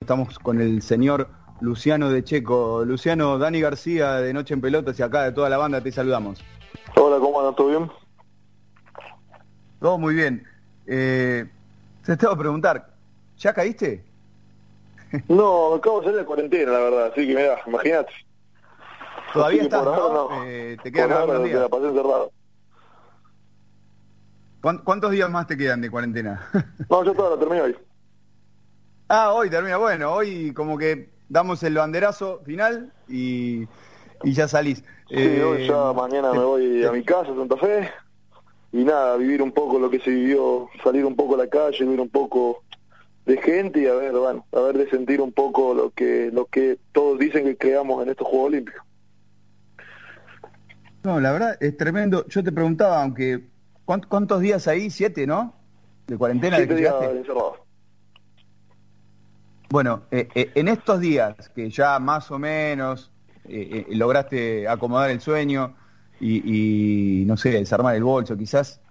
Estamos con el señor Luciano de Checo. Luciano, Dani García de Noche en Pelotas y acá de toda la banda te saludamos. Hola, ¿cómo andan? ¿Todo bien? Todo muy bien. Te tengo que preguntar, ¿ya caíste? No, acabo de salir de cuarentena, la verdad, así que mirá, imagínate. Todavía Así que estás, por ahora ¿no? no. Te quedan Por ahora algunos te días. la pasé encerrado. ¿Cuántos días más te quedan de cuarentena? No, yo todavía la terminé hoy. Ah, hoy termina. Bueno, hoy como que damos el banderazo final y ya salís. Sí, hoy ya mañana me voy a mi casa, a Santa Fe, y nada, vivir un poco lo que se vivió, salir un poco a la calle, ver un poco de gente y a ver, bueno, a ver de sentir un poco lo que todos dicen que creamos en estos Juegos Olímpicos. No, la verdad es tremendo. Yo te preguntaba, aunque ¿cuántos días ahí? 7, ¿no? De cuarentena de 7 que días llegaste. encerrados. Bueno, en estos días que ya más o menos lograste acomodar el sueño y no sé, desarmar el bolso, quizás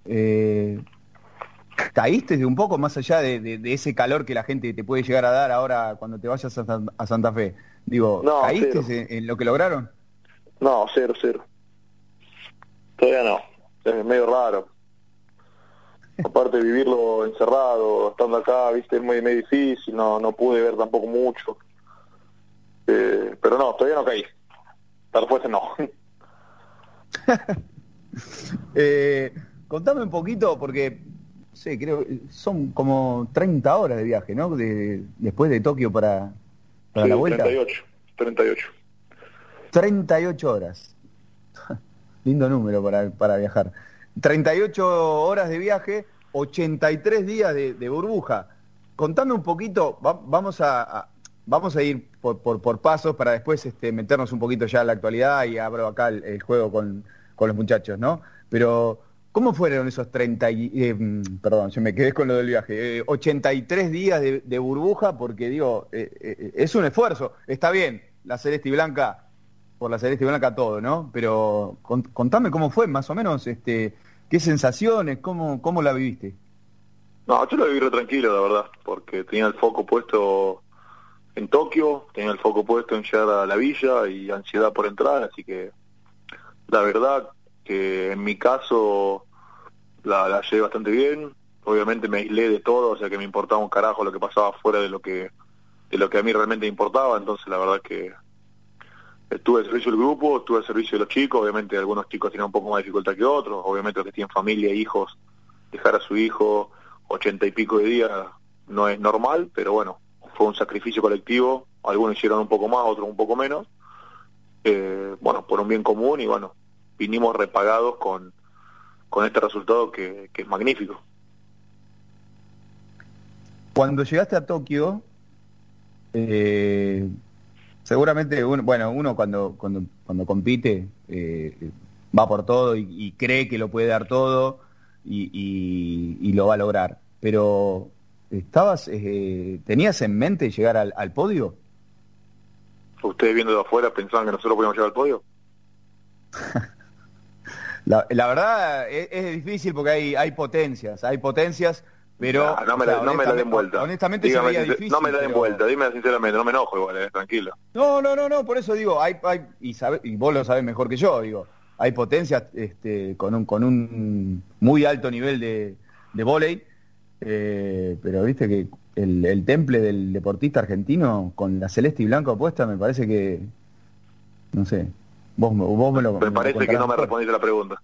caíste de un poco más allá de ese calor que la gente te puede llegar a dar ahora cuando te vayas a Santa Fe. Digo, No, ¿caíste cero. en lo que lograron? No, cero. Todavía no. Es medio raro. Aparte de vivirlo encerrado, estando acá, viste, es muy difícil, no pude ver tampoco mucho. Pero no, todavía no caí. La respuesta es no. Contame un poquito, porque no sé, creo que son como 30 horas de viaje, ¿no? Después de Tokio para la Sí, vuelta. 38. 38 horas. Lindo número para viajar. 38 horas de viaje, 83 días de burbuja. Contame un poquito, vamos a ir por pasos para después meternos un poquito ya en la actualidad y abro acá el juego con los muchachos, ¿no? Pero, ¿cómo fueron esos perdón, yo me quedé con lo del viaje, 83 días de burbuja? Porque digo, es un esfuerzo, está bien, la Celeste y Blanca, por la Celeste y Blanca todo, ¿no? Pero contame cómo fue, más o menos, qué sensaciones, cómo la viviste. No, yo lo viví re tranquilo, la verdad, porque tenía el foco puesto en Tokio, tenía el foco puesto en llegar a la villa y ansiedad por entrar, así que la verdad que en mi caso la llevé bastante bien. Obviamente me aislé de todo, o sea que me importaba un carajo lo que pasaba fuera de lo que a mí realmente importaba, entonces la verdad que estuve al servicio del grupo, estuve al servicio de los chicos. Obviamente algunos chicos tienen un poco más de dificultad que otros, obviamente los que tienen familia e hijos, dejar a su hijo 80 y pico de días no es normal, pero bueno, fue un sacrificio colectivo, algunos hicieron un poco más, otros un poco menos, bueno, por un bien común, y bueno, vinimos repagados con este resultado que es magnífico. Cuando llegaste a Tokio, seguramente uno cuando compite va por todo y cree que lo puede dar todo y lo va a lograr. Pero ¿tenías en mente llegar al podio? ¿Ustedes viendo de afuera pensaban que nosotros podíamos llegar al podio? La verdad es difícil porque hay potencias, pero Nah, no o me la, sea, no me la den vuelta. honestamente se Dígame, veía difícil, no me la den pero vuelta, dime sinceramente, no me enojo igual, tranquilo. no, por eso digo, y vos lo sabés mejor que yo, digo, hay potencias con un muy alto nivel de vóley, pero viste que el temple del deportista argentino con la celeste y blanca opuesta me parece que, no sé, vos me Me lo parece que contarás no me mejor. respondiste la pregunta.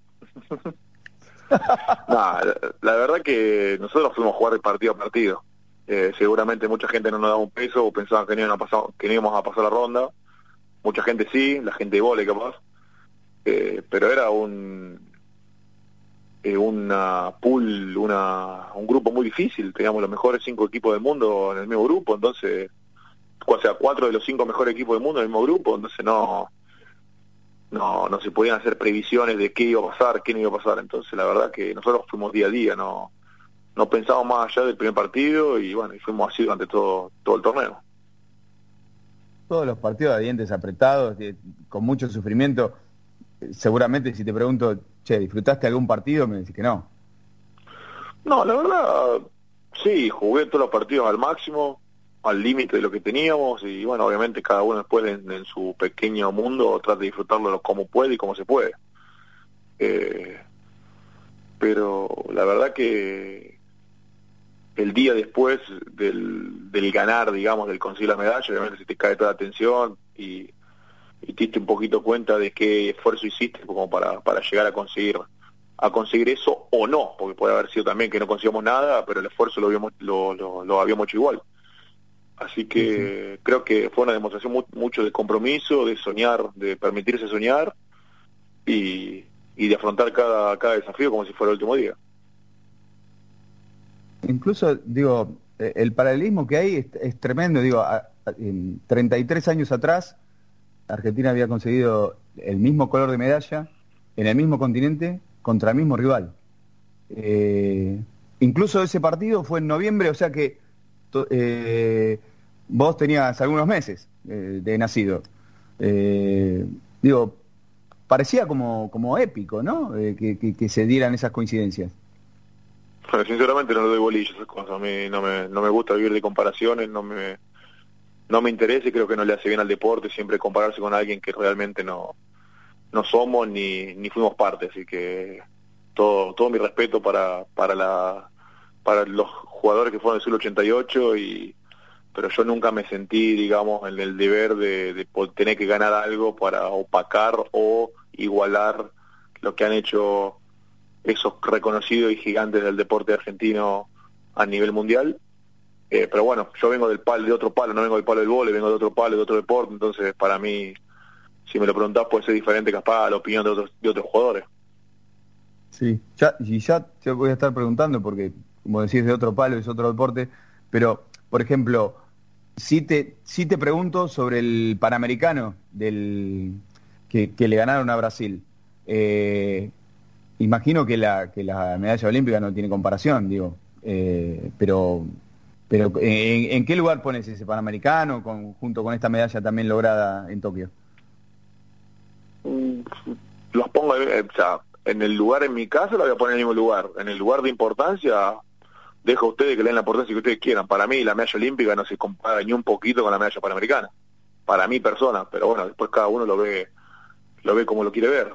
Nah, la verdad que nosotros fuimos a jugar de partido a partido. Seguramente mucha gente no nos daba un peso o pensaban que no íbamos a pasar la ronda. Mucha gente sí, la gente de vóley capaz. Pero era una pool, un grupo muy difícil. Teníamos los mejores 5 equipos del mundo en el mismo grupo, entonces, o sea, 4 de los 5 mejores equipos del mundo en el mismo grupo, entonces no se podían hacer previsiones de qué iba a pasar, qué no iba a pasar. Entonces la verdad que nosotros fuimos día a día, no pensábamos más allá del primer partido, y bueno, y fuimos así durante todo el torneo. Todos los partidos de dientes apretados, con mucho sufrimiento. Seguramente si te pregunto, che, ¿disfrutaste algún partido? Me decís que no. No, la verdad, sí, jugué todos los partidos al máximo. al límite de lo que teníamos y bueno, obviamente cada uno después en su pequeño mundo trata de disfrutarlo como puede y como se puede. Pero la verdad que el día después del ganar, digamos, del conseguir la medalla, obviamente se te cae toda la atención y te diste un poquito cuenta de qué esfuerzo hiciste como para llegar a conseguir eso o no, porque puede haber sido también que no consigamos nada, pero el esfuerzo lo habíamos hecho igual. Así que creo que fue una demostración mucho de compromiso, de soñar, de permitirse soñar y de afrontar cada desafío como si fuera el último día. Incluso, digo, el paralelismo que hay es tremendo. Digo, 33 años atrás, Argentina había conseguido el mismo color de medalla en el mismo continente contra el mismo rival. Incluso ese partido fue en noviembre, o sea que vos tenías algunos meses de nacido. Digo, parecía como épico, ¿no? Que se dieran esas coincidencias. Bueno, sinceramente no le doy bolilla a esas cosas. A mí no me gusta vivir de comparaciones, no me interesa y creo que no le hace bien al deporte siempre compararse con alguien que realmente no somos ni fuimos parte. Así que todo mi respeto para los jugadores que fueron del Sur 88 pero yo nunca me sentí, digamos, en el deber de tener que ganar algo para opacar o igualar lo que han hecho esos reconocidos y gigantes del deporte argentino a nivel mundial. Pero bueno, yo vengo de otro palo, no vengo del palo del vóley, vengo de otro palo, de otro deporte, entonces para mí, si me lo preguntás, puede ser diferente capaz a la opinión de otros jugadores. Sí, ya te voy a estar preguntando porque, como decís, de otro palo, es otro deporte, pero, por ejemplo, sí te pregunto sobre el Panamericano que le ganaron a Brasil. Imagino que la medalla olímpica no tiene comparación, digo, pero ¿en qué lugar pones ese Panamericano junto con esta medalla también lograda en Tokio? Los pongo, o sea, en el lugar, en mi caso, lo voy a poner en el mismo lugar. En el lugar de importancia, dejo a ustedes que le den la importancia que ustedes quieran. Para mí, la medalla olímpica no se compara ni un poquito con la medalla panamericana. Para mi persona, pero bueno, después cada uno lo ve como lo quiere ver.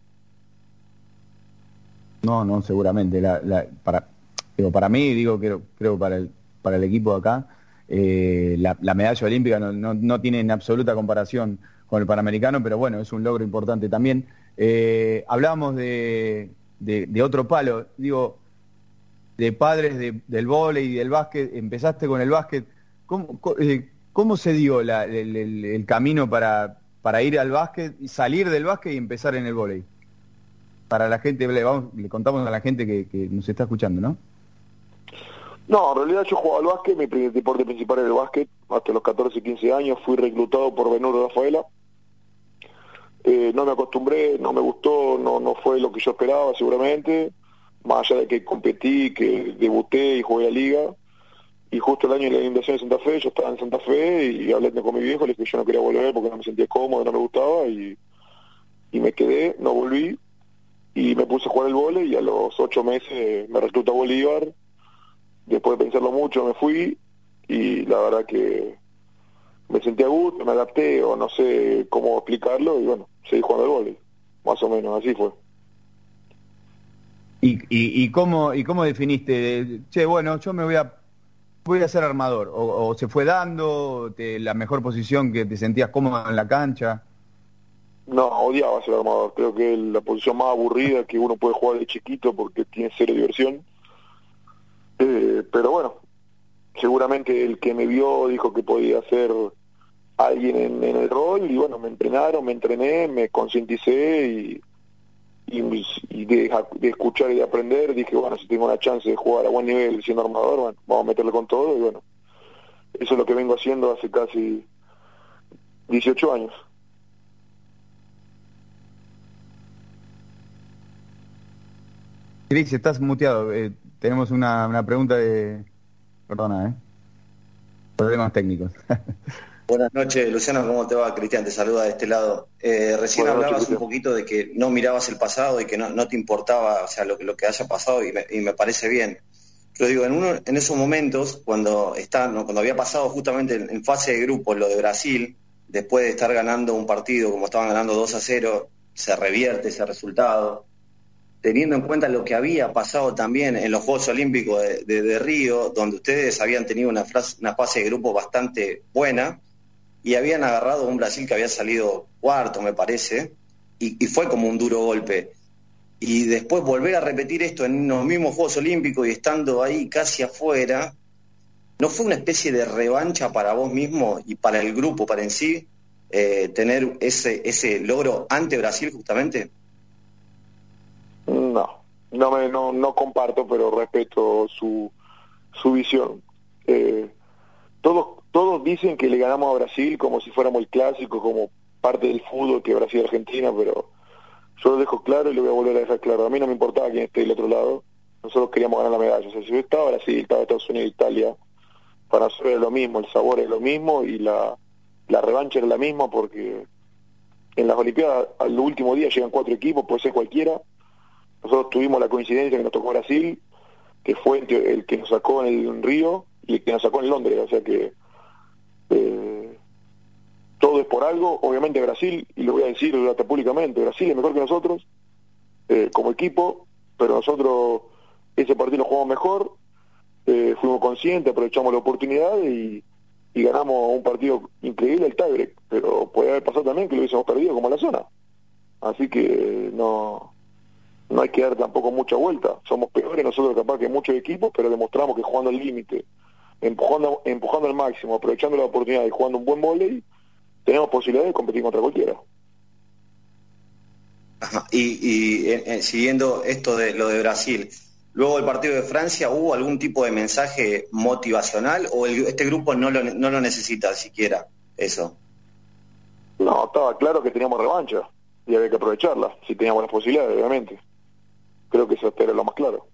No, seguramente. Para mí, digo, creo para el equipo de acá, la medalla olímpica no tiene en absoluta comparación con el Panamericano, pero bueno, es un logro importante también. Hablábamos de otro palo, digo, de padres del vóley y del básquet. Empezaste con el básquet. ¿Cómo se dio el camino para ir al básquet, salir del básquet y empezar en el vóley? Para la gente, le contamos a la gente que nos está escuchando, ¿no? No, en realidad yo jugaba al básquet, mi deporte principal era el básquet, hasta los 14, 15 años, fui reclutado por Benuro Rafaela. No me acostumbré, no me gustó, no fue lo que yo esperaba seguramente, más allá de que competí, que debuté y jugué a liga, y justo el año de la inundación de Santa Fe, yo estaba en Santa Fe y hablé con mi viejo, le dije que yo no quería volver porque no me sentía cómodo, no me gustaba, y me quedé, no volví, y me puse a jugar el vóley y a los 8 meses me reclutó a Bolívar. Después de pensarlo mucho me fui y la verdad que me sentí a gusto, me adapté o no sé cómo explicarlo y bueno, seguí jugando al vóley, más o menos, así fue. ¿Y cómo definiste? Che, bueno, yo voy a ser armador, o se fue dando la mejor posición que te sentías cómodo en la cancha? No, odiaba ser armador, creo que es la posición más aburrida que uno puede jugar de chiquito porque tiene cero diversión. Pero bueno, seguramente el que me vio dijo que podía ser alguien en el rol y bueno, me entrenaron, me entrené, me concienticé y de escuchar y de aprender dije, bueno, si tengo una chance de jugar a buen nivel siendo armador, bueno, vamos a meterle con todo y bueno, eso es lo que vengo haciendo hace casi 18 años. Cris, estás muteado. Tenemos una pregunta de... Perdona, problemas técnicos. Buenas noches, Luciano, ¿cómo te va? Cristian, te saluda de este lado. Recién Buenas hablabas noches, un poquito de que no mirabas el pasado y que no te importaba, o sea, lo que haya pasado y me parece bien. Pero digo, en esos momentos, cuando había pasado justamente en fase de grupos lo de Brasil, después de estar ganando un partido como estaban ganando 2-0, se revierte ese resultado, teniendo en cuenta lo que había pasado también en los Juegos Olímpicos de Río, donde ustedes habían tenido una fase de grupo bastante buena, y habían agarrado a un Brasil que había salido cuarto, me parece, y fue como un duro golpe. Y después volver a repetir esto en los mismos Juegos Olímpicos y estando ahí casi afuera, ¿no fue una especie de revancha para vos mismo y para el grupo, para en sí, tener ese logro ante Brasil justamente? No comparto, pero respeto su visión. Todos dicen que le ganamos a Brasil como si fuéramos el clásico, como parte del fútbol que Brasil-Argentina, pero yo lo dejo claro y lo voy a volver a dejar claro. A mí no me importaba quién esté del otro lado, nosotros queríamos ganar la medalla. O sea, si yo estaba Brasil, estaba Estados Unidos, Italia, para nosotros era lo mismo, el sabor es lo mismo y la revancha era la misma, porque en las Olimpiadas al último día llegan 4 equipos, puede ser cualquiera. Nosotros tuvimos la coincidencia que nos tocó Brasil, que fue el que nos sacó en el Río y el que nos sacó en Londres, o sea que todo es por algo. Obviamente Brasil, y lo voy a decir hasta públicamente, Brasil es mejor que nosotros como equipo, pero nosotros ese partido lo jugamos mejor, fuimos conscientes, aprovechamos la oportunidad y ganamos un partido increíble, el tiebreak, pero puede haber pasado también que lo hubiésemos perdido como la zona. Así que no hay que dar tampoco mucha vuelta. Somos peores nosotros capaz que muchos equipos, pero demostramos que jugando al límite, empujando al máximo, aprovechando la oportunidad y jugando un buen vóley, tenemos posibilidad de competir contra cualquiera. Ajá. Siguiendo esto de lo de Brasil, luego del partido de Francia, ¿hubo algún tipo de mensaje motivacional o este grupo no lo necesita siquiera eso? No, estaba claro que teníamos revancha y había que aprovecharla, si teníamos las posibilidades, obviamente. Creo que eso era lo más claro.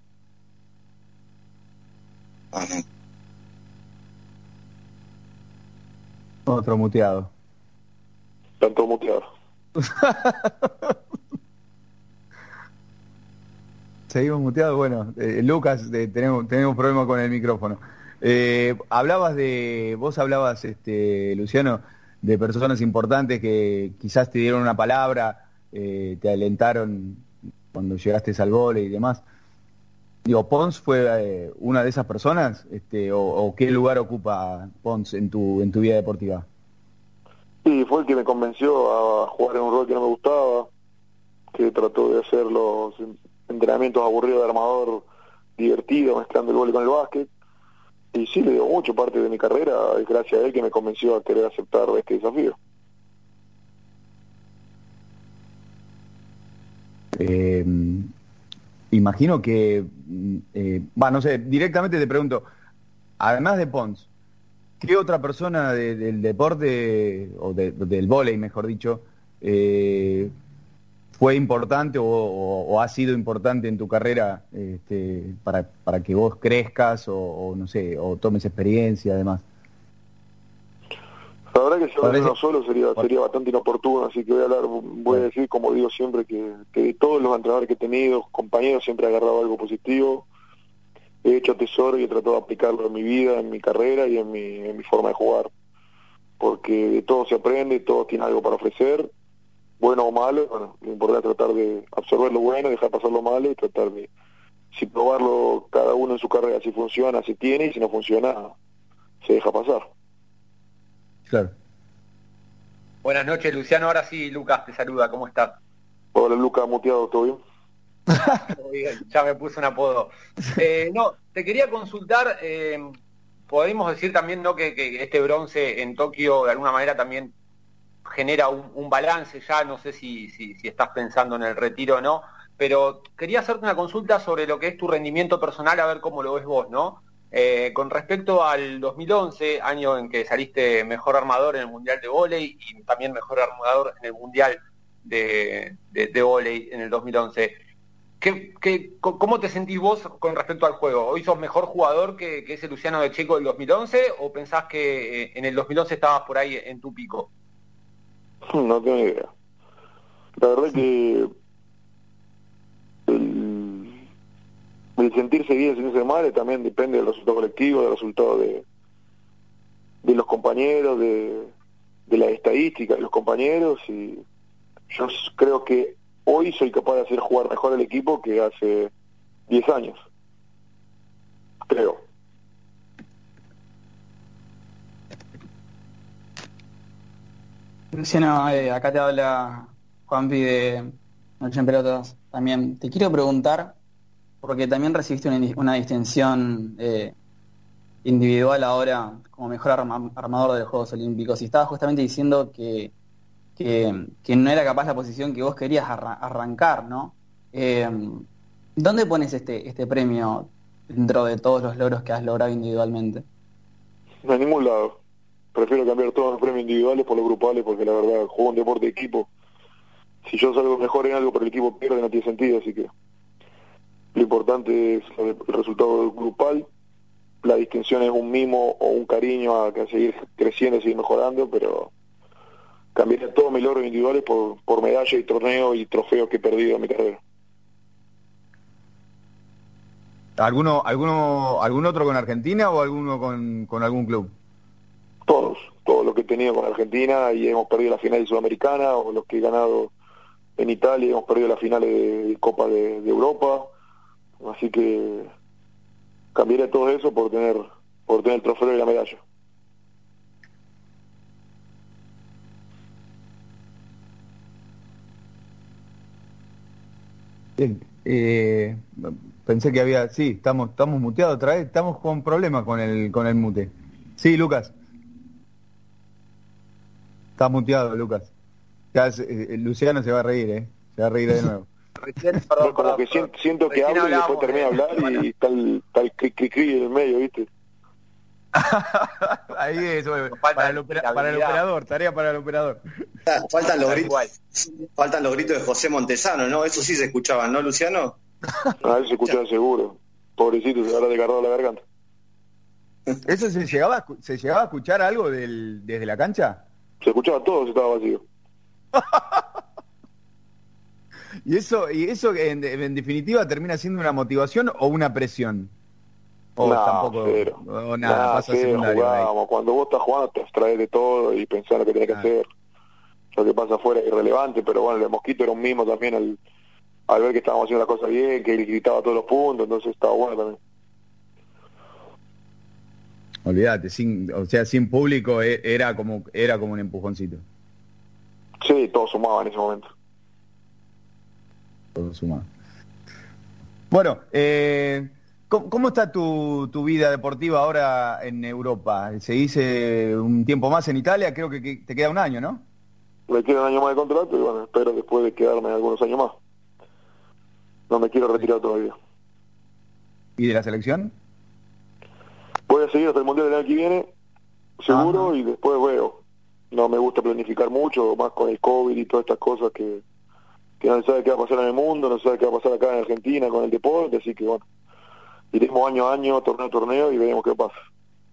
Ajá. Otro muteado. Están todos muteados. Seguimos muteados. Bueno, Lucas, tenemos problema con el micrófono. Vos hablabas, Luciano, de personas importantes que quizás te dieron una palabra, te alentaron cuando llegaste al vóley y demás. Digo, ¿Pons fue una de esas personas? ¿O qué lugar ocupa Pons en tu vida deportiva? Sí, fue el que me convenció a jugar en un rol que no me gustaba, que trató de hacer los entrenamientos aburridos de armador divertidos, mezclando el vóley con el básquet. Y sí, le dio mucho parte de mi carrera, es gracias a él que me convenció a querer aceptar este desafío. Imagino que, no sé, directamente te pregunto, además de Pons, ¿qué otra persona del deporte, o del vóley, mejor dicho, fue importante o ha sido importante en tu carrera para que vos crezcas o no sé, o tomes experiencia además? La verdad que si hablar uno solo sería bastante inoportuno, así que voy a decir, como digo siempre, que de todos los entrenadores que he tenido, compañeros, siempre he agarrado algo positivo, he hecho tesoro y he tratado de aplicarlo en mi vida, en mi carrera y en mi forma de jugar, porque de todo se aprende, todo tiene algo para ofrecer, bueno o malo. Bueno, lo importante es tratar de absorber lo bueno, dejar pasar lo malo y tratar de, si probarlo cada uno en su carrera, si funciona, se tiene, y si no funciona, se deja pasar. Claro. Buenas noches, Luciano. Ahora sí, Lucas te saluda. ¿Cómo estás? Hola, Lucas, muteado, ¿todo bien? Todo bien, ya me puse un apodo. No, te quería consultar, podemos decir también, ¿no?, que este bronce en Tokio de alguna manera también genera un balance ya, no sé si estás pensando en el retiro o no, pero quería hacerte una consulta sobre lo que es tu rendimiento personal, a ver cómo lo ves vos, ¿no? Con respecto al 2011, año en que saliste mejor armador en el Mundial de Vóley y también mejor armador en el Mundial de Vóley en el 2011, ¿cómo te sentís vos con respecto al juego? ¿Hoy sos mejor jugador que ese Luciano de Checo del 2011 o pensás que en el 2011 estabas por ahí en tu pico? No tengo idea. La verdad que el el sentirse bien, sentirse mal, también depende del resultado colectivo, del resultado de los compañeros, de la estadística de los compañeros, y yo creo que hoy soy capaz de hacer jugar mejor al equipo que hace 10 años, creo. Luciano, acá te habla Juanpi de Noche en Pelotas. También te quiero preguntar, porque también recibiste una distinción individual ahora como mejor armador de los Juegos Olímpicos, y estabas justamente diciendo que no era capaz la posición que vos querías arrancar, ¿no? ¿Dónde pones este premio dentro de todos los logros que has logrado individualmente? No, en ningún lado. Prefiero cambiar todos los premios individuales por los grupales, porque la verdad, juego un deporte de equipo. Si yo salgo mejor en algo pero el equipo pierde, no tiene sentido, así que lo importante es el resultado grupal. La distinción es un mimo o un cariño a seguir creciendo, seguir mejorando, pero cambiaría todos mis logros individuales por medallas y torneos y trofeos que he perdido en mi carrera. ¿Algún otro con Argentina o alguno con algún club? Todos los que he tenido con Argentina, y hemos perdido la final de Sudamericana, o los que he ganado en Italia, hemos perdido las finales de Copa de Europa, así que cambiaría todo eso por tener el trofeo y la medalla. Bien, pensé que había... Sí, estamos muteados otra vez, estamos con problemas con el mute. Sí, Lucas. Está muteado, Lucas. Ya Luciano se va a reír, se va a reír de nuevo. Como que siento que hablo y después termino de hablar y está el cri en el medio, ¿viste? Ahí eso, para el operador, tarea para el operador. Faltan los gritos de José Montesano, ¿no? Eso sí se escuchaban, ¿no, Luciano? Eso se escuchaba seguro. Pobrecito, se habrá desgarrado la garganta. ¿Eso se llegaba a escuchar algo desde la cancha? Se escuchaba todo, estaba vacío. ¿Y eso en definitiva termina siendo una motivación o una presión? O tampoco, cero. O nada, pasa secundario. Cuando vos estás jugando te abstraes de todo y pensás lo que tenés que hacer. Lo que pasa afuera es irrelevante, pero bueno, el Mosquito era un mimo también al ver que estábamos haciendo las cosas bien, que él gritaba todos los puntos, entonces estaba bueno también. Olvídate, sin público era como un empujoncito. Sí, todo sumaba en ese momento. Todo sumaba. Bueno, ¿cómo está tu vida deportiva ahora en Europa? ¿Seguís un tiempo más en Italia? Creo que te queda un año, ¿no? Me queda un año más de contrato y bueno, espero después de quedarme algunos años más. No me quiero retirar todavía. ¿Y de la selección? Voy a seguir hasta el Mundial del año que viene, seguro. Ajá. Y después veo. No me gusta planificar mucho, más con el COVID y todas estas cosas que no se sabe qué va a pasar en el mundo, no se sabe qué va a pasar acá en Argentina con el deporte, así que bueno, iremos año a año, torneo a torneo y veremos qué pasa.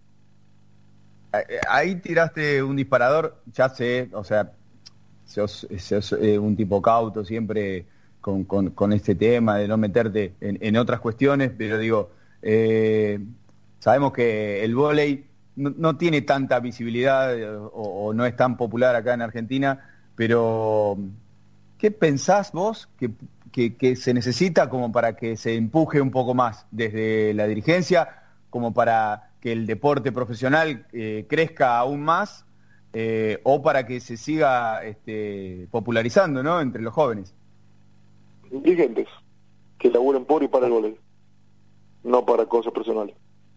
Ahí tiraste un disparador, ya sé, o sea, sos un tipo cauto siempre con este tema de no meterte en otras cuestiones, pero digo, sabemos que el vóley no tiene tanta visibilidad o no es tan popular acá en Argentina, pero ¿qué pensás vos que se necesita como para que se empuje un poco más desde la dirigencia, como para que el deporte profesional crezca aún más, o para que se siga popularizando, ¿no?, entre los jóvenes? Dirigentes que laburen por y para el vóley, no para cosas personales.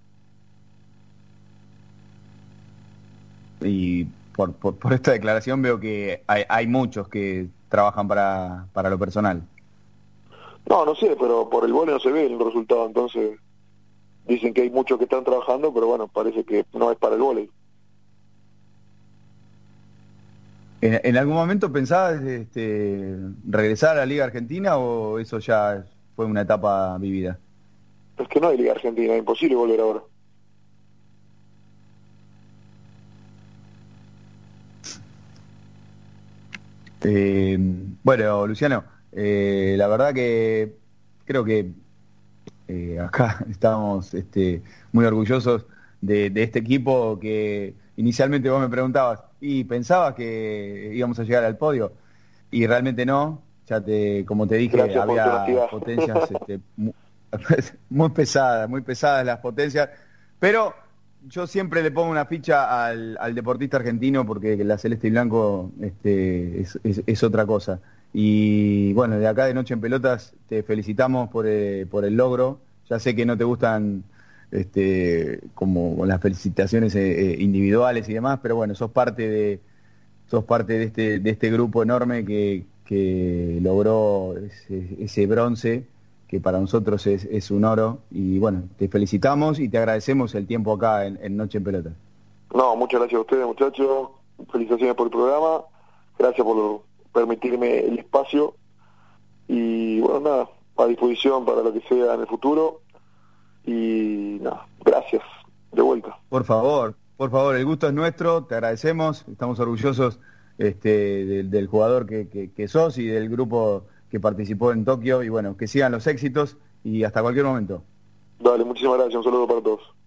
Y por esta declaración veo que hay muchos que trabajan para lo personal. No sé, pero por el vóley no se ve el resultado, entonces dicen que hay muchos que están trabajando, pero bueno, parece que no es para el vóley. ¿En algún momento pensabas regresar a la Liga Argentina o eso ya fue una etapa vivida? Es que no hay Liga Argentina, es imposible volver ahora. Bueno, Luciano, la verdad que creo que acá estamos muy orgullosos de este equipo que inicialmente vos me preguntabas, ¿y pensabas que íbamos a llegar al podio? Y realmente no, como te dije, Gracias había potencias muy pesadas las potencias, pero yo siempre le pongo una ficha al deportista argentino porque la celeste y blanco es otra cosa. Y bueno, de acá de Noche en Pelotas te felicitamos por el logro. Ya sé que no te gustan como las felicitaciones individuales y demás, pero bueno, sos parte de este grupo enorme que logró ese bronce, que para nosotros es un oro. Y bueno, te felicitamos y te agradecemos el tiempo acá en Noche en Pelotas. No, muchas gracias a ustedes, muchachos. Felicitaciones por el programa. Gracias por permitirme el espacio. Y bueno, nada, a disposición para lo que sea en el futuro. Y nada, gracias. De vuelta. Por favor, el gusto es nuestro, te agradecemos, estamos orgullosos del jugador que sos y del grupo que participó en Tokio. Y bueno, que sigan los éxitos y hasta cualquier momento. Dale, muchísimas gracias. Un saludo para todos.